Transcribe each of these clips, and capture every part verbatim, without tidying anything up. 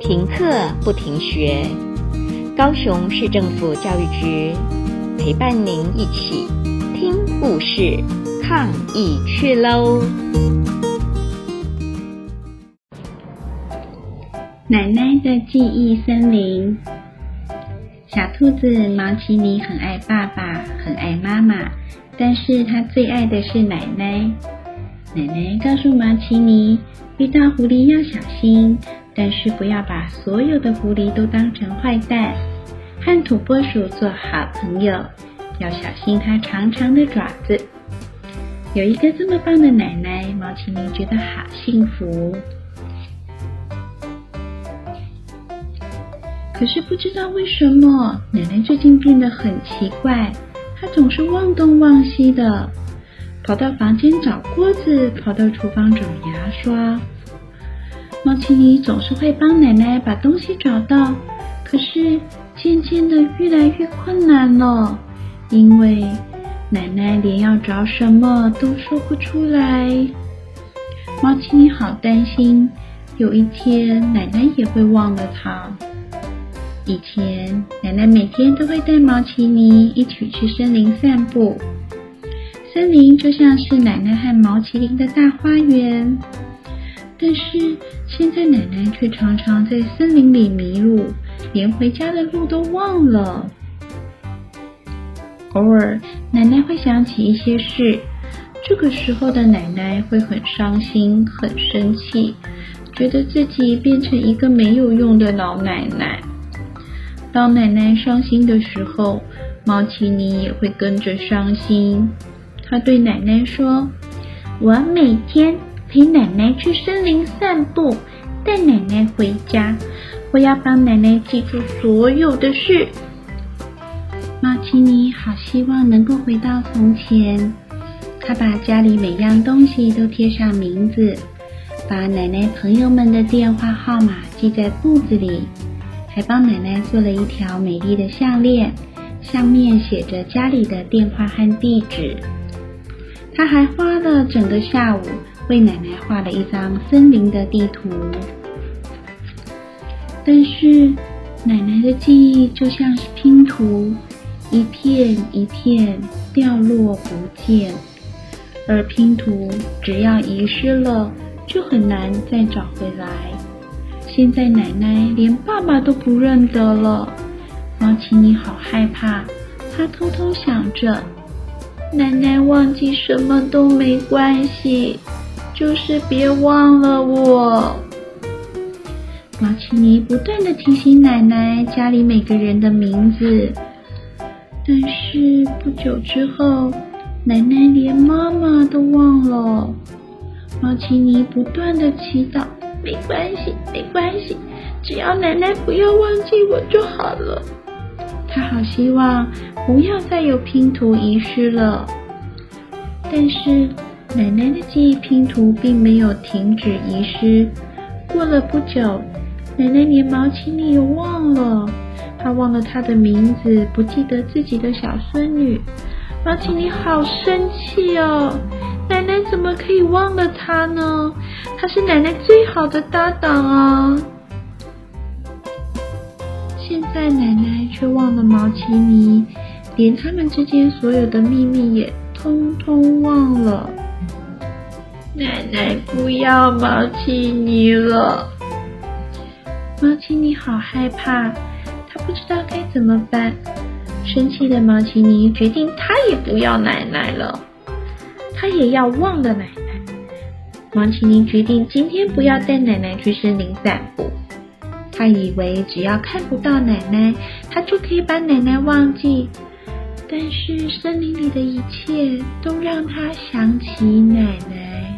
停课不停学，高雄市政府教育局陪伴您一起听故事，抗疫去喽！ 奶奶的记忆森林。小兔子毛奇尼很爱爸爸，很爱妈妈，但是它最爱的是奶奶。奶奶告诉毛奇尼，遇到狐狸要小心，但是不要把所有的狐狸都当成坏蛋，和土拨鼠做好朋友，要小心它长长的爪子。有一个这么棒的奶奶，毛奇尼觉得好幸福。可是不知道为什么，奶奶最近变得很奇怪，她总是忘东忘西的，跑到房间找锅子，跑到厨房找牙刷。毛奇尼总是会帮奶奶把东西找到，可是渐渐的越来越困难了，因为奶奶连要找什么都说不出来。毛奇尼好担心，有一天奶奶也会忘了她。以前奶奶每天都会带毛奇尼一起去森林散步，森林就像是奶奶和毛奇尼的大花园。但是现在奶奶却常常在森林里迷路，连回家的路都忘了。偶尔奶奶会想起一些事，这个时候的奶奶会很伤心，很生气，觉得自己变成一个没有用的老奶奶。当奶奶伤心的时候，毛奇尼也会跟着伤心。他对奶奶说，我每天陪奶奶去森林散步，带奶奶回家，我要帮奶奶记住所有的事。毛奇尼好希望能够回到从前，他把家里每样东西都贴上名字，把奶奶朋友们的电话号码记在簿子里，还帮奶奶做了一条美丽的项链，上面写着家里的电话和地址。他还花了整个下午为奶奶画了一张森林的地图。但是奶奶的记忆就像是拼图，一片一片掉落不见，而拼图只要遗失了，就很难再找回来。现在奶奶连爸爸都不认得了，毛奇尼好害怕，他偷偷想着，奶奶忘记什么都没关系，就是别忘了我。毛奇尼不断地提醒奶奶家里每个人的名字，但是不久之后，奶奶连妈妈都忘了。毛奇尼不断地祈祷，没关系，没关系，只要奶奶不要忘记我就好了。他好希望不要再有拼图遗失了。但是奶奶的记忆拼图并没有停止遗失。过了不久，奶奶连毛奇尼也忘了，她忘了她的名字，不记得自己的小孙女。毛奇尼好生气哦，奶奶怎么可以忘了她呢？她是奶奶最好的搭档啊！现在奶奶却忘了毛奇尼，连他们之间所有的秘密也通通忘了。奶奶不要毛奇尼了。毛奇尼好害怕，他不知道该怎么办。生气的毛奇尼决定他也不要奶奶了，他也要忘了奶奶。毛奇尼决定今天不要带奶奶去森林散步，他以为只要看不到奶奶，他就可以把奶奶忘记。但是森林里的一切都让他想起奶奶。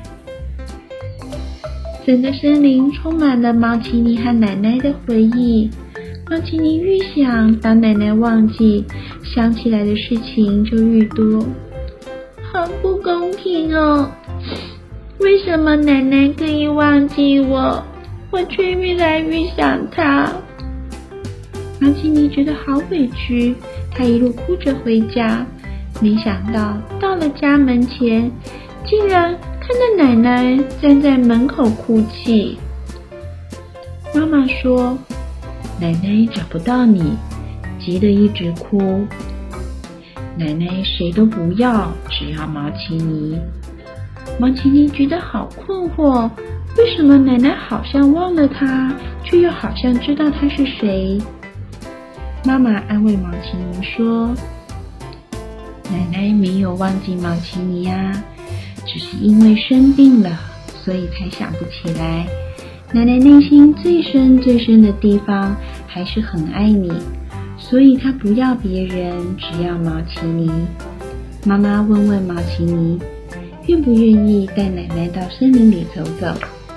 整个森林充满了毛奇尼和奶奶的回忆。毛奇尼越想把奶奶忘记，想起来的事情就越多。好不公平哦！为什么奶奶可以忘记我，我却越来越想她？毛奇尼觉得好委屈，他一路哭着回家，没想到到了家门前，竟然看到奶奶站在门口哭泣。 妈妈说：“奶奶找不到你，急得一直哭。奶奶谁都不要，只要毛奇尼。”毛奇尼觉得好困惑，为什么奶奶好像忘了他，却又好像知道他是谁？妈妈安慰毛奇尼说：“奶奶没有忘记毛奇尼啊，只是因为生病了，所以才想不起来。奶奶内心最深最深的地方还是很爱你，所以她不要别人，只要毛奇尼。”妈妈问问毛奇尼，愿不愿意带奶奶到森林里走走？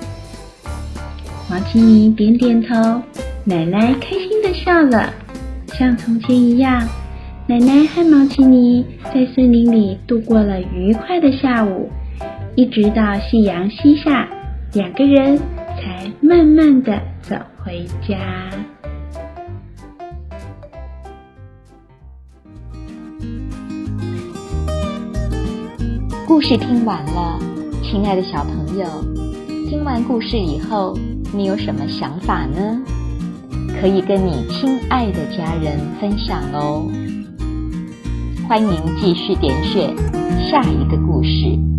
毛奇尼点点头，奶奶开心地笑了。像从前一样，奶奶和毛奇尼在森林里度过了愉快的下午，一直到夕阳西下，两个人才慢慢地走回家。 故事听完了，亲爱的小朋友，听完故事以后，你有什么想法呢？可以跟你亲爱的家人分享哦。欢迎继续点选下一个故事。